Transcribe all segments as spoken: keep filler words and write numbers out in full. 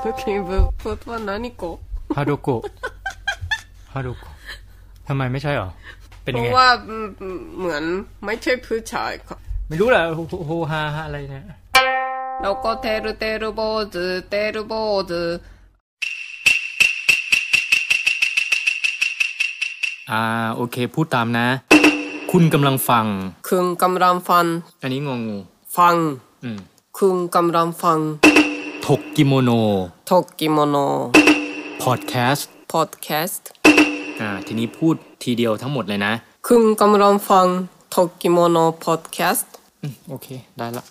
เมื่อกี้พูดว่านานิโกะฮาโดโกะฮาโดโกะทำไมไม่ใช่หรอเป็นยังไงเพราะว่าเหมือนไม่ใช่ผู้ชายค่ะไม่รู้แหละโฮฮาอะไรเนี่ยแล้วก็เทรุเทรุโบซึเทรุโบซึอ่าโอเคพูดตามนะคุณกำลังฟังคุณกำลังฟังอันนี้งงงูฟังอืมคุณกำลังฟังถกกิโมโนถกกิโมโนพอดแคสต์พอดแคสต์อ่าทีนี้พูดทีเดียวทั้งหมดเลยนะคุณกำลังฟังถกกิโมโนพอดแคสต์อืมโอเคได้ละ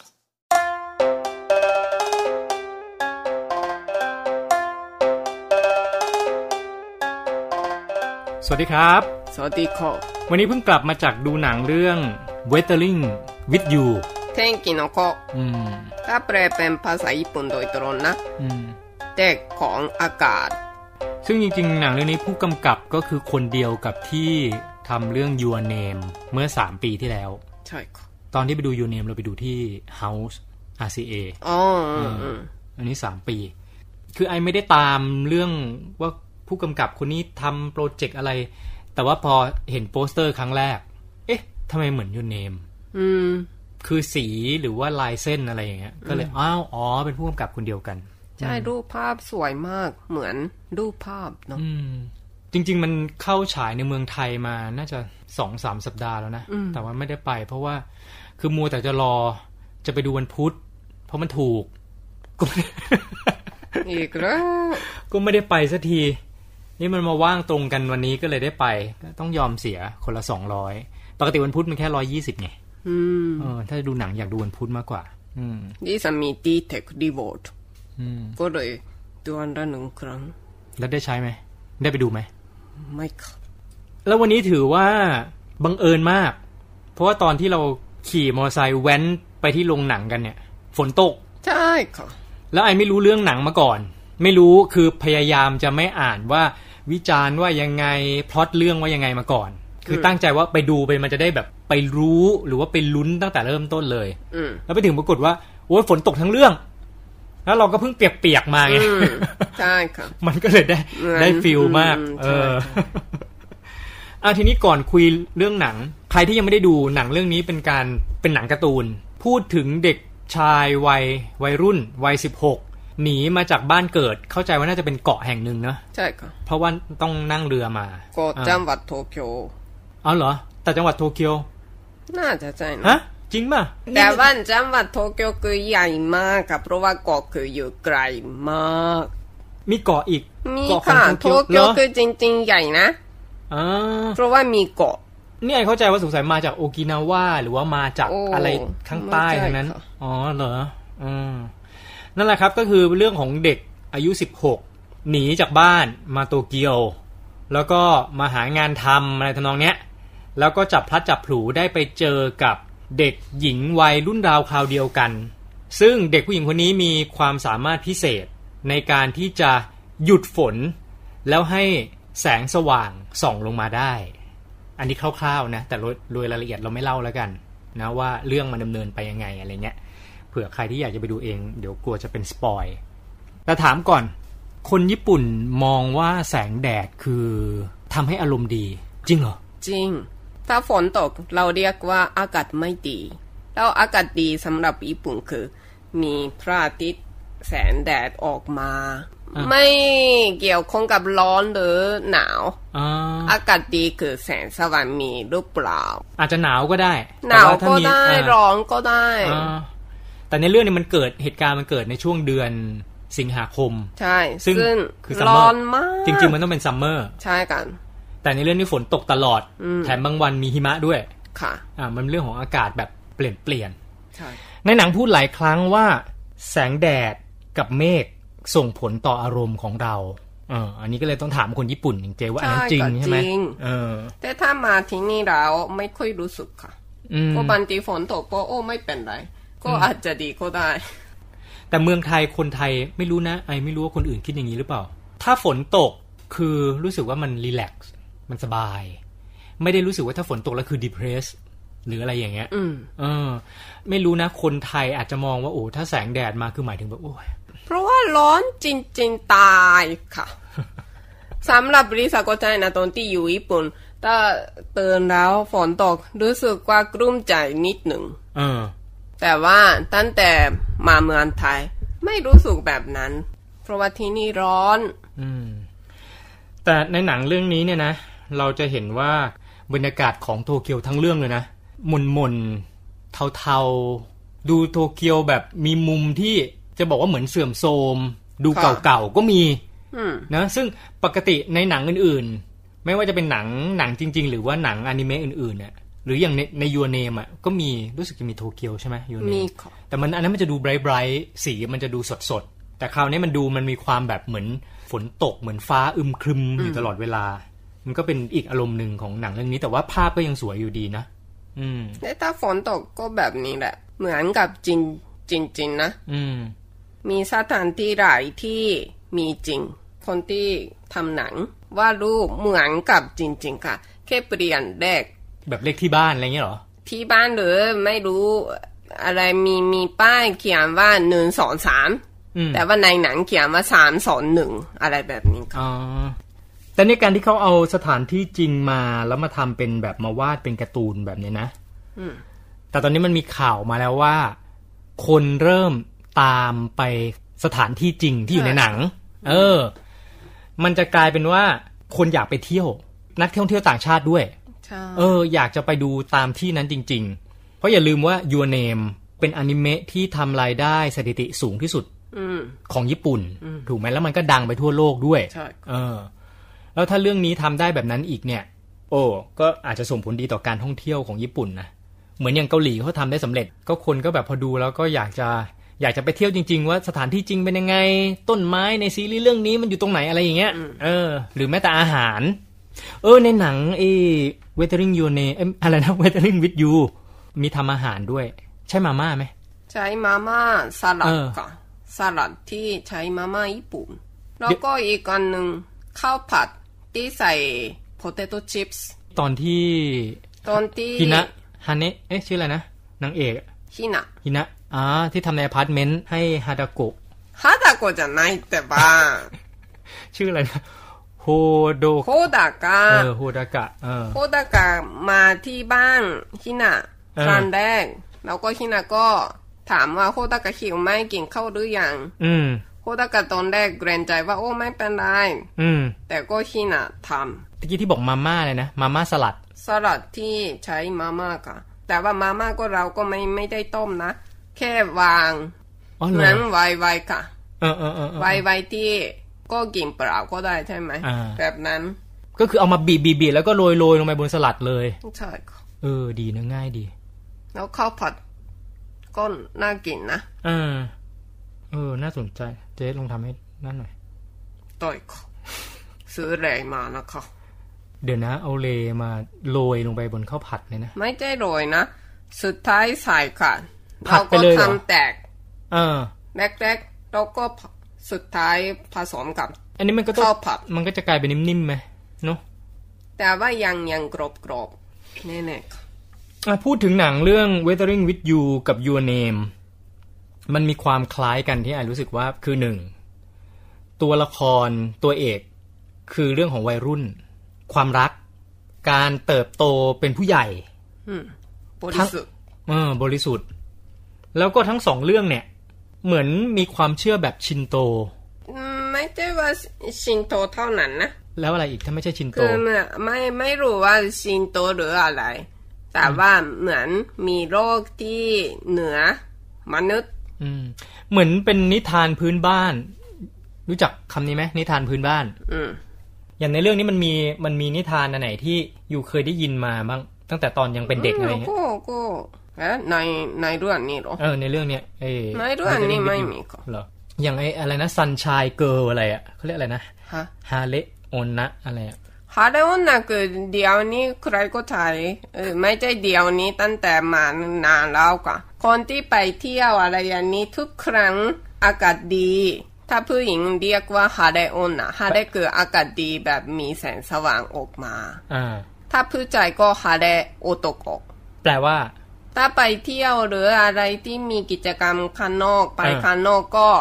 สวัสดีครับสวัสดีครับวันนี้เพิ่งกลับมาจากดูหนังเรื่อง Weathering with You 天気の子อืมถ้าแปลเป็นภาษาญี่ปุ่นโดยตรงนะอืมเด็กของอากาศซึ่งจริงๆหนังเรื่องนี้ผู้กำกับก็คือคนเดียวกับที่ทำเรื่อง Your Name เมื่อสามปีที่แล้วใช่ค่ะตอนที่ไปดู Your Name เราไปดูที่ House อาร์ ซี เออ๋ออันนี้สามปีคือไอไม่ได้ตามเรื่องว่าผู้กำกับคนนี้ทำโปรเจกต์อะไรแต่ว่าพอเห็นโปสเตอร์ครั้งแรกเอ๊ะทำไมเหมือน Your Name อืมคือสีหรือว่าลายเส้นอะไรอย่างเงี้ยก็เลยอ้าวอ๋อเป็นผู้กำกับคนเดียวกันใช่รูปภาพสวยมากเหมือนรูปภาพเนาะจริงๆมันเข้าฉายในเมืองไทยมาน่าจะ สองถึงสาม สัปดาห์แล้วนะแต่ว่าไม่ได้ไปเพราะว่าคือมัวแต่จะรอจะไปดูวันพุธเพราะมันถูกก็ไม่อีกแล้วก็ไม่ได้ไปสักทีนี่มันมาว่างตรงกันวันนี้ก็เลยได้ไปต้องยอมเสียคนละสองร้อยปกติวันพุธมันแค่หนึ่งร้อยยี่สิบไงอืมเออถ้าดูหนังอยากดูวันพุธมากกว่าอืมดิฉันมี D-Tech Devote อืมก็เลยดูอันละหนึ่งครั้งแล้วได้ใช้ไหมได้ไปดูไหมไม่ค่ะแล้ววันนี้ถือว่าบังเอิญมากเพราะว่าตอนที่เราขี่มอเตอร์ไซค์แว้นไปที่โรงหนังกันเนี่ยฝนตกใช่ค่ะแล้วไอ้ไม่รู้เรื่องหนังมาก่อนไม่รู้คือพยายามจะไม่อ่านว่าวิจารณ์ว่ายังไงพล็อตเรื่องว่ายังไงมาก่อนคือตั้งใจว่าไปดูไปมันจะได้แบบไปรู้หรือว่าไปลุ้นตั้งแต่เริ่มต้นเลยแล้วไปถึงปรากฏว่าโอ้ยฝนตกทั้งเรื่องแล้วเราก็เพิ่งเปียกๆมาไงใช่ค่ะมันก็เลยได้ได้ฟีลมากเอออ่ะทีนี้ก่อนคุยเรื่องหนังใครที่ยังไม่ได้ดูหนังเรื่องนี้เป็นการเป็นหนังการ์ตูนพูดถึงเด็กชายวัยวัยรุ่นวัยสิบหกหนีมาจากบ้านเกิดเข้าใจว่าน่าจะเป็นเกาะแห่งหนึ่งเนอะใช่ค่ะเพราะว่าต้องนั่งเรือมาเกาะจังหวัดโตเกียวอ๋อเหรอแต่จังหวัดโตเกียวน่าจะใช่นะฮะจริงป่ะแต่ว่าจังหวัดโตเกียวคือใหญ่มากค่ะเพราะว่าเกาะคืออยู่ไกลมากมีเกาะอีกมีค่ะโตเกียวคือจริงๆใหญ่นะอ๋อเพราะว่ามีเกาะนี่ไอ้เข้าใจว่าสงสัยมาจากโอกินาวาหรือว่ามาจากอะไรข้างใต้ทั้งนั้นอ๋อเหรออืมนั่นแหละครับก็คือเรื่องของเด็กอายุสิบหกหนีจากบ้านมาโตเกียวแล้วก็มาหางานทำอะไรทำนองเนี้ยแล้วก็จับพลัดจับผลูได้ไปเจอกับเด็กหญิงวัยรุ่นราวคราวเดียวกันซึ่งเด็กผู้หญิงคนนี้มีความสามารถพิเศษในการที่จะหยุดฝนแล้วให้แสงสว่างส่องลงมาได้อันนี้คร่าวๆนะแต่โดยรายละเอียดเราไม่เล่าแล้วกันนะว่าเรื่องมันดำเนินไปยังไงอะไรเงี้ยเผื่อใครที่อยากจะไปดูเองเดี๋ยวกลัวจะเป็นสปอยแต่ถามก่อนคนญี่ปุ่นมองว่าแสงแดดคือทำให้อารมณ์ดีจริงเหรอจริงถ้าฝนตกเราเรียกว่าอากาศไม่ดีแล้วอากาศดีสำหรับญี่ปุ่นคือมีพระอาทิตย์แสงแดดออกมาไม่เกี่ยวข้องกับร้อนหรือหนาวอากาศดีคือแสงสว่างมีหรือเปล่าอาจจะหนาวก็ได้หนาวก็ได้ร้อนก็ได้แต่ในเรื่องนี้มันเกิดเหตุการณ์มันเกิดในช่วงเดือนสิงหาคมใช่ซึ่งคือร้อนมากจริงๆมันต้องเป็นซัมเมอร์ใช่กันแต่ในเรื่องนี้ฝนตกตลอดแถมบางวันมีหิมะด้วยค่ะอ่ามันเรื่องของอากาศแบบเปลี่ยนเปลี่ยนใช่ในหนังพูดหลายครั้งว่าแสงแดดกับเมฆส่งผลต่ออารมณ์ของเราเอออันนี้ก็เลยต้องถามคนญี่ปุ่นจริงๆว่าอันนั้นจริงใช่ไหมเออแต่ถ้ามาที่นี่เราไม่ค่อยรู้สึกค่ะก็บางทีฝนตกก็โอ้ไม่เป็นไรก็อาจจะดีก็ได้แต่เมืองไทยคนไทยไม่รู้นะไอไม่รู้ว่าคนอื่นคิดอย่างนี้หรือเปล่าถ้าฝนตกคือรู้สึกว่ามันรีแลกซ์มันสบายไม่ได้รู้สึกว่าถ้าฝนตกแล้วคือ depress หรืออะไรอย่างเงี้ยเออไม่รู้นะคนไทยอาจจะมองว่าโอ้ถ้าแสงแดดมาคือหมายถึงแบบโอ้ยเพราะว่าร้อนจริงๆตายค่ะ สำหรับริซาก็ใช่นะตอนที่อยู่ญี่ปุ่นถ้าเตือนแล้วฝนตกรู้สึกว่ากลุ้มใจนิดหนึ่งแต่ว่าตั้งแต่มาเมืองไทยไม่รู้สึกแบบนั้นเพราะว่าที่นี่ร้อนอืมแต่ในหนังเรื่องนี้เนี่ยนะเราจะเห็นว่าบรรยากาศของโตเกียวทั้งเรื่องเลยนะหม่นๆเทาๆดูโตเกียวแบบมีมุมที่จะบอกว่าเหมือนเสื่อมโทรมดูเก่าๆก็มีนะซึ่งปกติในหนังอื่นๆไม่ว่าจะเป็นหนังหนังจริงๆหรือว่าหนังอนิเมะอื่นๆเนี่ยหรืออย่างในในยูเนมอ่ะก็มีรู้สึกจะมีโตเกียวใช่ไหมยูเนมแต่มันอันนั้นมันจะดูไบรท์ๆสีมันจะดูสดๆแต่คราวนี้มันดูมันมีความแบบเหมือนฝนตกเหมือนฟ้าอึมครึมอยู่ตลอดเวลามันก็เป็นอีกอารมณ์หนึ่งของหนังเรื่องนี้แต่ว่าภาพก็ยังสวยอยู่ดีนะอืมแต่ถ้าฝนตกก็แบบนี้แหละเหมือนกับจริงจริงๆนะอืมมีสถานที่หลายที่มีจริงคนที่ทำหนังว่ารูปเหมือนกับจริงๆค่ะแค่เปลี่ยนเลขแบบเลขที่บ้านอะไรเงี้ยหรอที่บ้านหรือไม่รู้อะไรมีมีป้ายเขียนว่าหนึ่งสองสามแต่ว่าในหนังเขียนว่าสามสองหนึ่งอะไรแบบนี้ค่ะอ๋อแต่ในการที่เขาเอาสถานที่จริงมาแล้วมาทำเป็นแบบมาวาดเป็นการ์ตูนแบบนี้นะแต่ตอนนี้มันมีข่าวมาแล้วว่าคนเริ่มตามไปสถานที่จริงที่อยู่ในหนังเออมันจะกลายเป็นว่าคนอยากไปเที่ยวนักท่องเที่ยวต่างชาติด้วยเอออยากจะไปดูตามที่นั้นจริงๆเพราะอย่าลืมว่า Your Name เป็นอนิเมะที่ทำรายได้สถิติสูงที่สุดของญี่ปุ่นถูกไหมแล้วมันก็ดังไปทั่วโลกด้วยเออแล้วถ้าเรื่องนี้ทำได้แบบนั้นอีกเนี่ยโอ้ก็อาจจะส่งผลดีต่อการท่องเที่ยวของญี่ปุ่นนะเหมือนอย่างเกาหลีเขาทำได้สำเร็จก็คนก็แบบพอดูแล้วก็อยากจะอยากจะไปเที่ยวจริงๆว่าสถานที่จริงเป็นยังไงต้นไม้ในซีรีส์เรื่องนี้มันอยู่ตรงไหนอะไรอย่างเงี้ยเออหรือแม้แต่อาหารเออในหนังไอ้ Weathering Your Name อะไรนะ Weathering with You มีทำอาหารด้วยใช่มาม่าไหมใช้มาม่าสลัดค่ะสลัดที่ใช้มาม่าญี่ปุ่นแล้วก็อีกอันหนึ่งข้าวผัดที่ใส่ potato chips ตอนที่ตอนที่ฮินะฮาเนะเอ๊ะชื่ออะไรนะนางเอกฮินะฮินะอ่าที่ทำในอพาร์ตเมนต์ให้ฮาดาโกะฮาดาโกะจะไม่แต่บ้าชื่ออะไรนะโฮโดโฮดากะเออโฮดากะเออโฮดากะมาที่บ้านฮินะครั้งแรกแล้วก็ฮินะก็ถามว่าโฮดากะหิวไหมกินข้าวหรือยังอืมโฮดากะตอนแรกเกรงใจว่าโอ้ไม่เป็นไรอืมแต่ก็ฮินะทำตะกี้ที่บอกมาม่าเลยนะมาม่าสลัดสลัดที่ใช้มาม่าค่ะแต่ว่ามาม่าก็เราก็ไม่ไม่ได้ต้มนะแค่วางเหมือนไวไวค่ะเออเออเออไวไวที่ก็กินเปล่าก็ได้ใช่ไหมแบบนั้นก็คือเอามาบีบบีบแล้วก็โรยโรยลงไปบนสลัดเลยใช่ค่ะเออดีนะง่ายดีแล้วข้าวผัดก็น่ากินนะเออเออน่าสนใจเจ๊ลองทำให้นั่นหน่อยต่อยค่ะซื้อแรงมานะคะเดี๋ยวนะเอาเลมาโรยลงไปบนข้าวผัดเลยนะไม่ใช่โรยนะสุดท้ายใส่ค่ะเราก็ทำแตกเออแรกๆแล้วก็สุดท้ายผสมกับอันนี้มันก็ข้าวผัดมันก็จะกลายเป็นนิ่มๆไหมเนาะแต่ว่ายังยังกรอบๆแน่ๆค่ะพูดถึงหนังเรื่อง Weathering with You กับ Your Name มันมีความคล้ายกันที่ไอ้รู้สึกว่าคือหนึ่งตัวละครตัวเอกคือเรื่องของวัยรุ่นความรักการเติบโตเป็นผู้ใหญ่บริสุทธิ์เออบริสุทธิ์แล้วก็ทั้งสองเรื่องเนี่ยเหมือนมีความเชื่อแบบชินโตไม่ใช่ว่าชินโตเท่านั้นนะแล้วอะไรอีกถ้าไม่ใช่ชินโตคือไม่ไม่รู้ว่าชินโตหรืออะไรแต่ว่าเหมือนมีโลกที่เหนือมนุษย์เหมือนเป็นนิทานพื้นบ้านรู้จักคำนี้ไหมนิทานพื้นบ้านอย่างในเรื่องนี้มันมีมันมีนิทานอันไหนที่อยู่เคยได้ยินมาบ้างตั้งแต่ตอนยังเป็นเด็กอะไรเงี้ยก็ก็เอ๊ะในในเรื่องนี้หรอเออในเรื่องเนี้ยเออในเรื่องนี้ไม่มีก็เหรออย่างไอ้อะไรนะซันชายเกิร์ลอะไรอ่ะเขาเรียกอะไรนะฮะฮาเลโอนนะอะไรอ่ะฮาเลโอนนะคือเดี๋ยวนี้ใครก็ใช้เออไม่ใช่เดี๋ยวนี้ตั้งแต่มานานแล้วก็คนที่ไปเที่ยวอะไรอย่างนี้ทุกครั้งอากาศดีถ้าผู้หญิงเรียกว่าฮาเดโอนะฮาเดคืออากาศดีแบบมีแสงสว่างออกมาถ้าผู้ชายก็ฮาเดโอโตโกะแปลว่าถ้าไปเที่ยวหรืออะไรที่มีกิจกรรมข้างนอกไปข้างนอกก็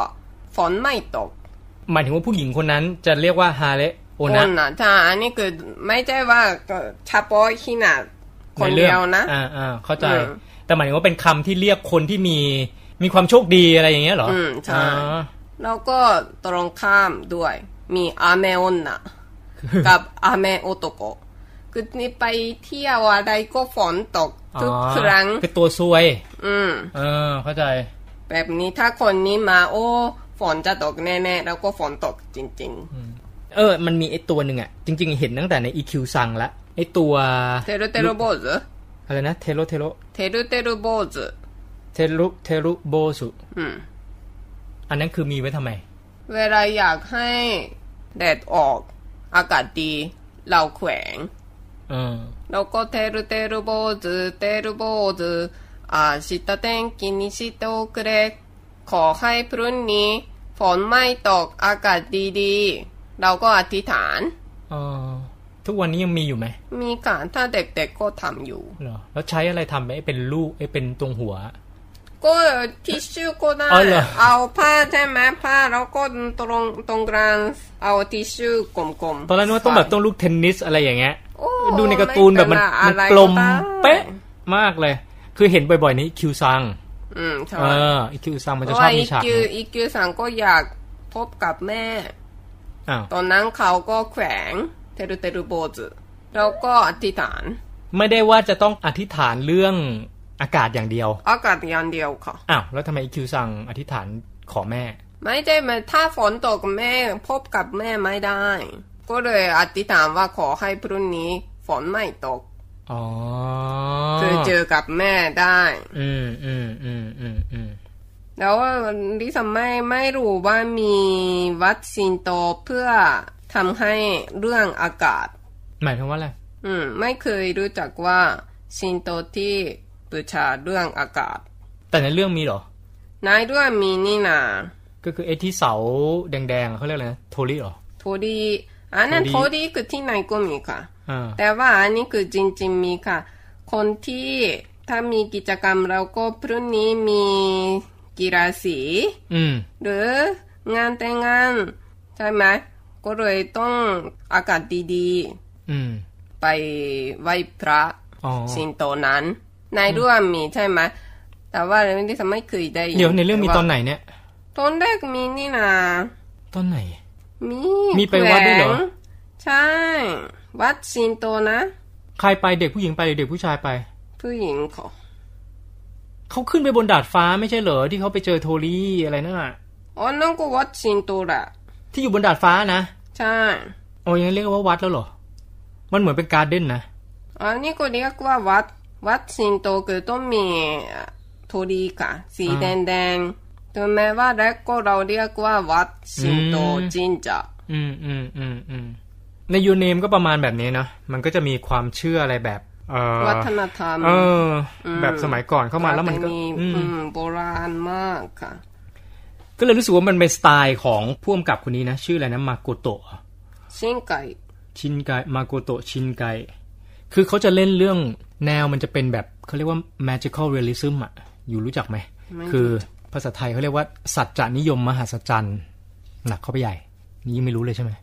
ฝนไม่ตกหมายถึงว่าผู้หญิงคนนั้นจะเรียกว่าฮาเรโอนะใช่อันนี้คือไม่ใช่ว่าเฉพาะฮินะคนเดียวนะอ่าอ่าเข้าใจแต่หมายถึงว่าเป็นคำที่เรียกคนที่มีมีความโชคดีอะไรอย่างเงี้ยเหรออืมใช่แล้วก็ตรงข้ามด้วยมีอาเมโอนะกับอาเมโอโตโกคือนี่ไปเที่ยวอะไรก็ฝนตกทุกครั้งคือตัวซวยอืมเออเข้าใจแบบนี้ถ้าคนนี้มาโอ้ฝนจะตกแน่ๆแล้วก็ฝนตกจริงๆเออมันมีไอ้ตัวหนึ่งอ่ะจริงๆเห็นตั้งแต่ใน อี คิว ซังละไอ้ตัวเทโรเทโรโบซอะไรนะเทโรเทโรเทโรเทโรโบซเทโรเทโรโบซุอืมอันนั้นคือมีไว้ทำไมเวลาอยากให้แดดออกอากาศดีเราแขวงแล้วก็เทรุเทรุโบズเทรุโบズ明日天気にしておくれขอให้พรุ่งนี้ฝนไม่ตกอากาศดีๆเราก็อธิษฐานอ๋อทุกวันนี้ยังมีอยู่ไหมมีค่ะถ้าเด็กๆก็ทำอยู่เหรอแล้วใช้อะไรทำไหมเป็นลูกไอ้เป็นตรงหัวก็ทิชชู่ก็ได้เอาผ้าใช่ไหมผ้าแล้วก็ตรงตรงกลางเอาทิชชู่กลมๆตอนแรกนึกว่าต้องแบบต้องลูกเทนนิสอะไรอย่างเงี้ยดูในการ์ตูนแบบมันมันกลมเป๊ะมากเลยคือเห็นบ่อยๆนี้คิวซังอืมใช่เอออีคิวซังมันจะชอบมีฉากอีคิวซังก็อยากพบกับแม่อ้าวตอนนั้นเขาก็แขวงเทรุเทรุโบซึแล้วก็อธิษฐานไม่ได้ว่าจะต้องอธิษฐานเรื่องอากาศอย่างเดียวอากาศอย่างเดียวค่ะอ้าวแล้วทำไมอีคิวซังอธิษฐานขอแม่ไม่ใช่มาถ้าฝนตกแม่พบกับแม่ไม่ได้ก็เลยอธิษฐานว่าขอให้พรุ่งนี้ฝนไม่ตกอ๋อคือเจอกับแม่ได้อืมอืมอืมอืมอืมแล้วดิฉันไม่ไม่รู้ว่ามีวัดชินโตเพื่อทำให้เรื่องอากาศหมายถึงว่าอะไรอืมไม่เคยรู้จักว่าชินโตที่บูชาเรื่องอากาศแต่ในเรื่องมีเหรอในเรื่องมีนี่นะก็คือไอ้ที่เสาแดงๆเขาเรียกอะไรนะโทริเหรอโทริอันนั้นโทริคือที่ไหนก็มีค่ะแต่ว่าอันนี้คือจริงๆมีค่ะคนที่ถ้ามีกิจกรรมเราก็พรุ่งนี้มีกีฬาสีหรืองานแต่งงานใช่ไหมก็เลยต้องอากาศดีๆไปไหว้พระชินโตนั้นในเรื่องมีใช่ไหมแต่ว่าเรื่องที่ฉันไม่เคยได้เดี๋ยวในเรื่องมีตอนไหนเนี่ยตอนแรกมีนี่นะตอนไหนมีมีไปวัดด้วยเหรอใช่วัดชินโตนะใครไปเด็กผู้หญิงไปหรือเด็กผู้ชายไปผู้หญิงเขาเขาขึ้นไปบนดาดฟ้าไม่ใช่เหรอที่เขาไปเจอโทรี่อะไรนั่นอ่ะอ๋อนั่นก็วัดชินโตแหละที่อยู่บนดาดฟ้านะใช่โอ้ยังเรียกว่าวัดแล้วเหรอมันเหมือนเป็นการ์เด้นนะอันนี้ก็เรียกว่าวัดวัดชินโตคือต้องมีโทรี่ค่ะสีแดงๆถึงแม้ว่าแรกก็เราเรียกว่าวัดชินโตจินจะอืมอืมอืมอืมในยูเนมก็ประมาณแบบนี้นะมันก็จะมีความเชื่ออะไรแบบวัฒนธรรมเออแบบสมัยก่อนเข้ามาแล้วมันก็โบราณมากค่ะก็เลยรู้สึกว่ามันเป็นสไตล์ของผู้กำกับคนนี้นะชื่ออะไรนะมาโกโตะชินไกชินไกมาโกโตะชินไกคือเขาจะเล่นเรื่องแนวมันจะเป็นแบบเขาเรียกว่า magical realism อ่ะอยู่รู้จักไหมคือภาษาไทยเขาเรียกว่าสัจจนิยมมหัศจรรย์หนักเข้าไปใหญ่นี่ยังไม่รู้เลยใช่ไหม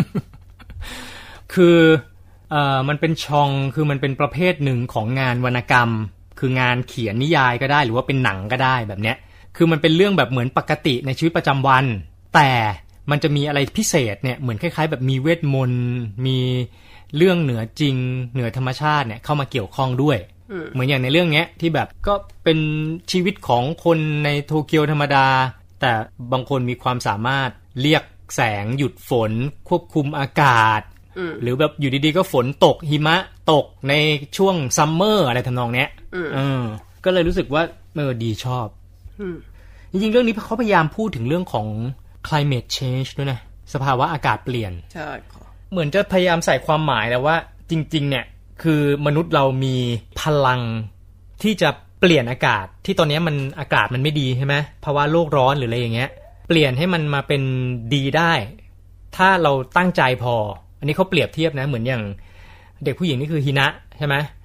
คือเอ่อมันเป็นช่องคือมันเป็นประเภทหนึ่งของงานวรรณกรรมคืองานเขียนนิยายก็ได้หรือว่าเป็นหนังก็ได้แบบเนี้ยคือมันเป็นเรื่องแบบเหมือนปกติในชีวิตประจำวันแต่มันจะมีอะไรพิเศษเนี่ยเหมือนคล้ายๆแบบมีเวทมนต์มีเรื่องเหนือจริงเหนือธรรมชาติเนี่ยเข้ามาเกี่ยวข้องด้วยเหมือนอย่างในเรื่องเนี้ยที่แบบก็เป็นชีวิตของคนในโตเกียวธรรมดาแต่บางคนมีความสามารถเรียกแสงหยุดฝนควบคุมอากาศหรือแบบอยู่ดีๆก็ฝนตกหิมะตกในช่วงซัมเมอร์อะไรทำนองเนี้ยเออก็เลยรู้สึกว่าเออดีชอบจริงๆเรื่องนี้เขาพยายามพูดถึงเรื่องของ climate change ด้วยนะสภาวะอากาศเปลี่ยนใช่เหมือนจะพยายามใส่ความหมายแล้วว่าจริงๆเนี่ยคือมนุษย์เรามีพลังที่จะเปลี่ยนอากาศที่ตอนนี้มันอากาศมันไม่ดีใช่ไหมภาวะโลกร้อนหรืออะไรอย่างเงี้ยเปลี่ยนให้มันมาเป็นดีได้ถ้าเราตั้งใจพออันนี้เขาเปรียบเทียบนะเหมือนอย่างเด็กผู้หญิงนี่คือฮินะใช่ไหม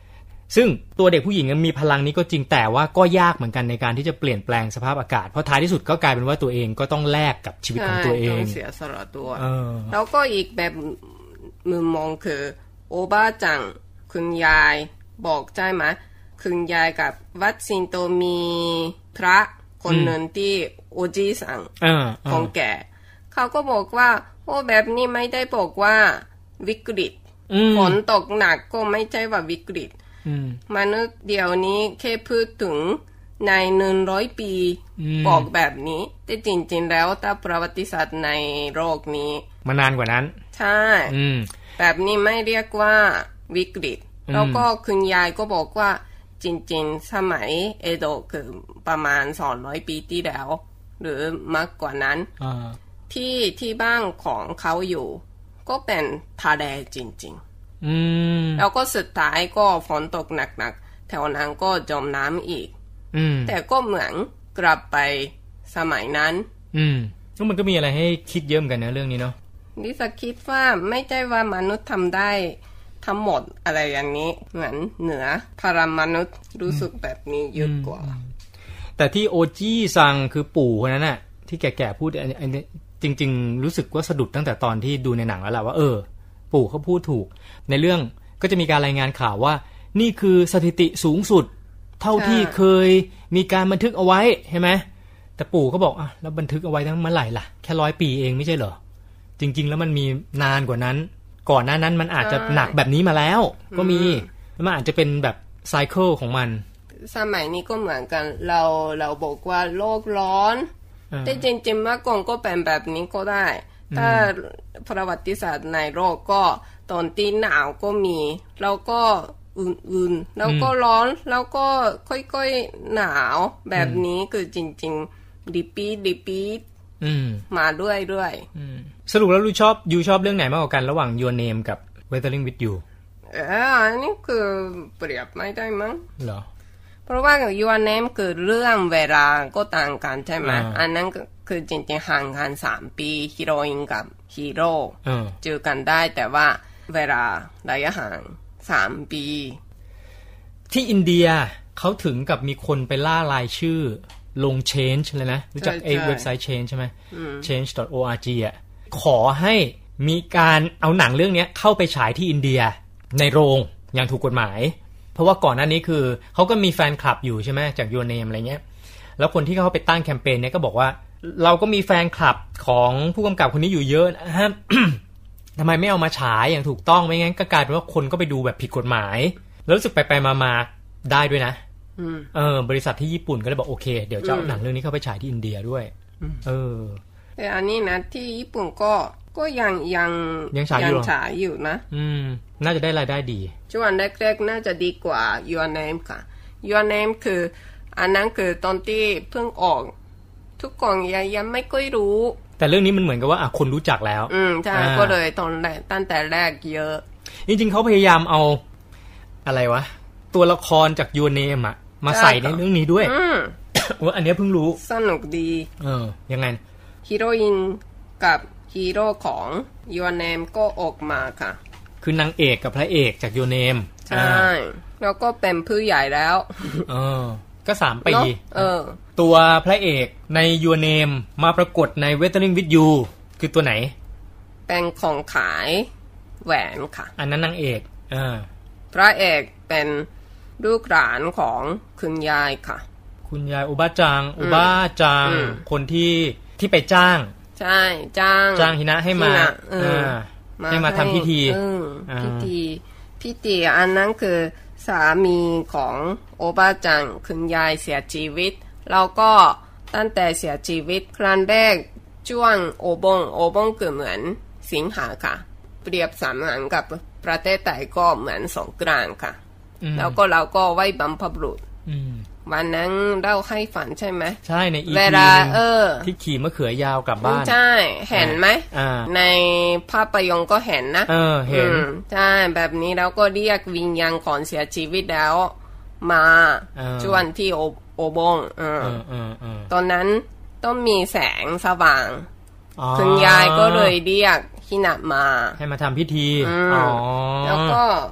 ซึ่งตัวเด็กผู้หญิงมีพลังนี้ก็จริงแต่ว่าก็ยากเหมือนกันในการที่จะเปลี่ยนแปลงสภาพอากาศเพราะท้ายที่สุดก็กลายเป็นว่าตัวเองก็ต้องแลกกับชีวิตของตัวเองต้องเสียสละตัวแล้วก็อีกแบบมุมมองคือโอบาจังคุณยายบอกใช่ไหมคุณยายกับวัดสิงโตมีพระคนหนึ่งที่โอจีสังของแก่เขาก็บอกว่าโอ้แบบนี้ไม่ได้บอกว่าวิกฤตฝนตกหนักก็ไม่ใช่ว่าวิกฤตมนุษย์เดี๋ยวนี้แค่พูดถึงในหนึ่งร้อยปีบอกแบบนี้แต่จริงๆแล้วถ้าประวัติศาสตร์ในโลกนี้มานานกว่านั้นใช่แบบนี้ไม่เรียกว่าวิกฤตแล้วก็คุณยายก็บอกว่าจริงๆสมัยเอโดะคือประมาณสองร้อยปีที่แล้วหรือมากกว่านั้นที่ที่บ้านของเขาอยู่ก็เป็นทะเลจริงๆแล้วก็สุดท้ายก็ฝนตกหนักๆแถวนั้นก็จมน้ำอีกแต่ก็เหมือนกลับไปสมัยนั้นอืมแล้วมันก็มีอะไรให้คิดเยอะเหมือนกันนะเรื่องนี้เนาะดิฉันคิดว่าไม่ใช่ว่ามนุษย์ทำได้ทั้งหมดอะไรอย่างนี้เหมือนเหนือพลังมนุษย์รู้สึกแบบนี้เยอะกว่าแต่ที่โอจีซังคือปู่คนนั้นน่ะที่แก่ๆพูดอันนี้จริงๆรู้สึกว่าสะดุดตั้งแต่ตอนที่ดูในหนังแล้วแหละว่าเออปู่เขาพูดถูกในเรื่องก็จะมีการรายงานข่าวว่านี่คือสถิติสูงสุดเท่าที่เคยมีการบันทึกเอาไว้ใช่ไหมแต่ปู่ก็บอกอ่ะแล้วบันทึกเอาไว้ตั้งเมื่อไหร่ล่ะแค่ร้อยปีเองไม่ใช่เหรอจริงๆแล้วมันมีนานกว่านั้นก่อนหน้านั้นมันอาจจะหนักแบบนี้มาแล้วก็มีแล้วมันอาจจะเป็นแบบไซเคิลของมันสมัยนี้ก็เหมือนกันเราเราบอกว่าโลกร้อนแต่จริงๆเมื่อก่อนก็เป็นแบบนี้ก็ได้ถ้าประวัติศาสตร์ในโลกก็ตอนที่หนาวก็มีแล้วก็อุ่นๆแล้วก็ร้อนแล้วก็ค่อยๆหนาวแบบนี้คือจริงๆดิปีดิปีมาด้วยด้วยสรุปแล้วยูชอบยูชอบเรื่องไหนมากกว่ากันระหว่าง Your Name กับ Weathering with You เอออันนี้คือเปรียบไม่ได้มั้งเหรอเพราะว่า Your Name คือเรื่องเวลาก็ต่างกันใช่ไหมอันนั้นคือจริงๆห่างกันสามปีฮีโร่อินกับฮีโร่เจอกันได้แต่ว่าเวลาระยะห่างสามปีที่อินเดียเขาถึงกับมีคนไปล่ารายชื่อลง Change เลยนะรู้จักไอ้เว็บไซต์ Change ใช่ไหม change ดอท โอ อาร์ จี อ่ะขอให้มีการเอาหนังเรื่องนี้เข้าไปฉายที่อินเดียในโรงอย่างถูกกฎหมายเพราะว่าก่อนหน้านี้คือเขาก็มีแฟนคลับอยู่ใช่ไหมจาก Your Name อะไรเงี้ยแล้วคนที่เขาไปตั้งแคมเปญเนี้ยก็บอกว่าเราก็มีแฟนคลับของผู้กำกับคนนี้อยู่เยอะนะฮะ ทำไมไม่เอามาฉายอย่างถูกต้องไม่งั้นก็กลายเป็นว่าคนก็ไปดูแบบผิดกฎหมายแล้วรู้สึกไปๆมาๆได้ด้วยนะเออบริษัทที่ญี่ปุ่นก็เลยบอกโอเคเดี๋ยวจะเอาหนังเรื่องนี้เข้าไปฉายที่อินเดียด้วยเออแต่อันนี้นะที่ญี่ปุ่นก็ก็ยังยังยังฉายอยู่ฉายอยู่นะอืมน่าจะได้รายได้ดีช่วงแรกๆน่าจะดีกว่า Your Name ค่ะ Your Name คืออันนั้นคือตอนที่เพิ่งออกทุกคนยังยังไม่ค่อยรู้แต่เรื่องนี้มันเหมือนกับว่าอ่ะคนรู้จักแล้วอืมใช่ก็เลยตอนแรกตั้งแต่แรกเยอะจริงๆเขาพยายามเอาอะไรวะตัวละครจาก Your Name อ่ะมาใส่ในเรื่องนี้ด้วยว่าอันนี้เพิ่งรู้สนุกดีเออยังไงฮีโร่อินกับฮีโร่ของ Your Name ก็ออกมาค่ะคือนางเอกกับพระเอกจาก Your Name ใช่แล้วก็เป็นผู้ใหญ่แล้วเออก็สามปีเออตัวพระเอกใน Your Name มาปรากฏใน Weathering with You คือตัวไหนเป็นของขายแหวนค่ะอันนั้นนางเอกอ่าพระเอกเป็นลูกหลานของคุณยายค่ะคุณยายอุบาจังอุบาจังคนที่ที่ไปจ้างใช่จ้างจ้างฮินะให้มาให้มาทำพิธีพิธีพิธีอันนั้นคือสามีของโอบาจังคุณยายเสียชีวิตแล้วก็ตั้งแต่เสียชีวิตครั้งแรกช่วงโอบงโอบงคือเหมือนสิงหาค่ะเปรียบเสมือนกับประเทศไทยก็เหมือนสงกรานต์ค่ะแล้วก็เราก็ไหว้บรรพบุรุษวันนั้นเล่าให้ฝันใช่ไหมใช่ในอีพีเออที่ขี่มะเขือยาวกลับบ้านใช่เห็นไหมในภาพยนตร์ก็เห็นนะเออเห็นใช่แบบนี้เราก็เรียกวิญญาณของเสียชีวิตแล้วมาช่วงที่โอโอบงตอนนั้นต้องมีแสงสว่างคุณยายก็เลยเรียกฮินะมาให้มาทำพิธีอ๋อแล้วก็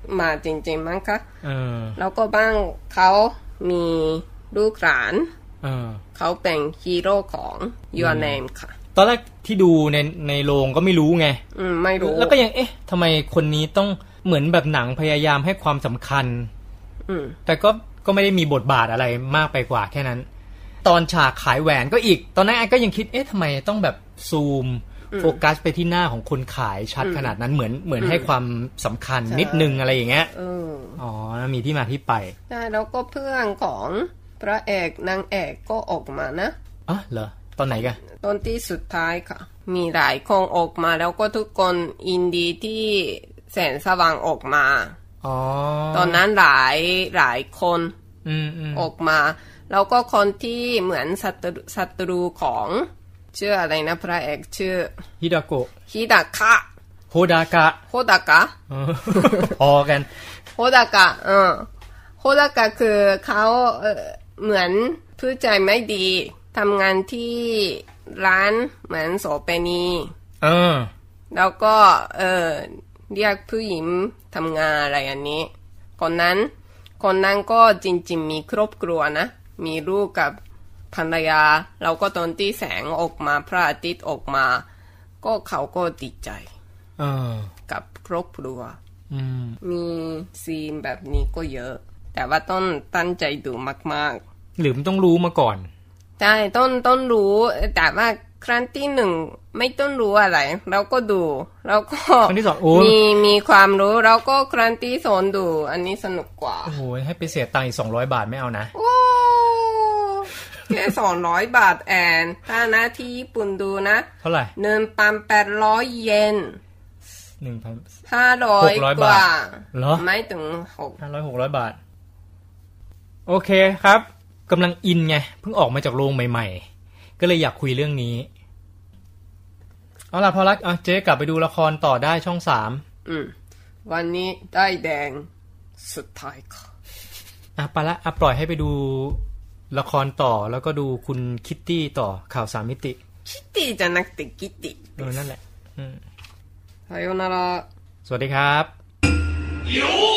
มาจริงๆมั้งคะเออแล้วก็บ้างเขามีลูกหลานเออเขาเป็นฮีโร่ของ Your Name ค่ะตอนแรกที่ดูในในโรงก็ไม่รู้ไงอืมไม่รู้แล้วก็ยังเอ๊ะทำไมคนนี้ต้องเหมือนแบบหนังพยายามให้ความสำคัญอืมแต่ก็ก็ไม่ได้มีบทบาทอะไรมากไปกว่าแค่นั้นตอนฉากขายแหวนก็อีกตอนนั้นไอ้ก็ยังคิดเอ๊ะทำไมต้องแบบซูมโฟกัสไปที่หน้าของคนขายชัดขนาดนั้นเหมือนเหมือนให้ความสำคัญนิดนึงอะไรอย่างเงี้ยอ๋อมีที่มาที่ไปใช่แล้วก็เพื่อนของพระเอกนางเอกก็ออกมานะอ๋อเหรอตอนไหนกันตอนที่สุดท้ายค่ะมีหลายคนออกมาแล้วก็ทุกคนอินดีที่แสงสว่างออกมาอ๋อตอนนั้นหลายหลายคนออกมาแล้วก็คนที่เหมือนศัตรูศัตรูของชื่ออะไรนะพระเอกชื่อฮิดาโกะฮิดากะโฮดากะโฮดากะพอกันโฮดากะเออโฮดากะคือเขาเออเหมือนผู้ใจไม่ดีทำงานที่ร้านเหมือนโสเภณีเออแล้วก็เออเรียกผู้หญิงทำงานอะไรอันนี้คนนั้นคนนั้นก็จริงๆมีครอบครัวนะมีลูกกับภรรยาเราก็ตอนที่แสงออกมาพระอาทิตย์ออกมาก็เขาก็ดีใจกับครอบครัวมีซีนแบบนี้ก็เยอะแต่ว่าต้องตั้งใจดูมากๆหรือมันต้องรู้มาก่อนใช่ต้องต้องรู้แต่ว่าครั้งที่หนึ่งไม่ต้องรู้อะไรเราก็ดูแล้วก็มีมีความรู้แล้วก็ครั้งที่สองดูอันนี้สนุกกว่าโอ้โหให้ไปเสียตังค์อีกสองร้อยบาทไม่เอานะโอ้แค่สองร้อยบาทแอนถ้านะที่ญี่ปุ่นดูนะเท่าไหร่หนึ่งพันแปดร้อย เยนหนึ่งพันห้าร้อยกว่าเหรอไม่ถึงห้าร้อย หกร้อยบาทโอเคครับกำลังอินไงเพิ่งออกมาจากโรงใหม่ๆก็เลยอยากคุยเรื่องนี้เอาล่ะพอละอ่ะเจ๊กลับไปดูละครต่อได้ช่องสามอืมวันนี้ได้แดงสุดท้ายค่ะอ่ะไปละอ่ะปล่อยให้ไปดูละครต่อแล้วก็ดูคุณคิตตี้ต่อข่าวสามมิติคิตตี้じゃなくてคิตตี้เออนั่นแหละอืมさよならสวัสดีครับ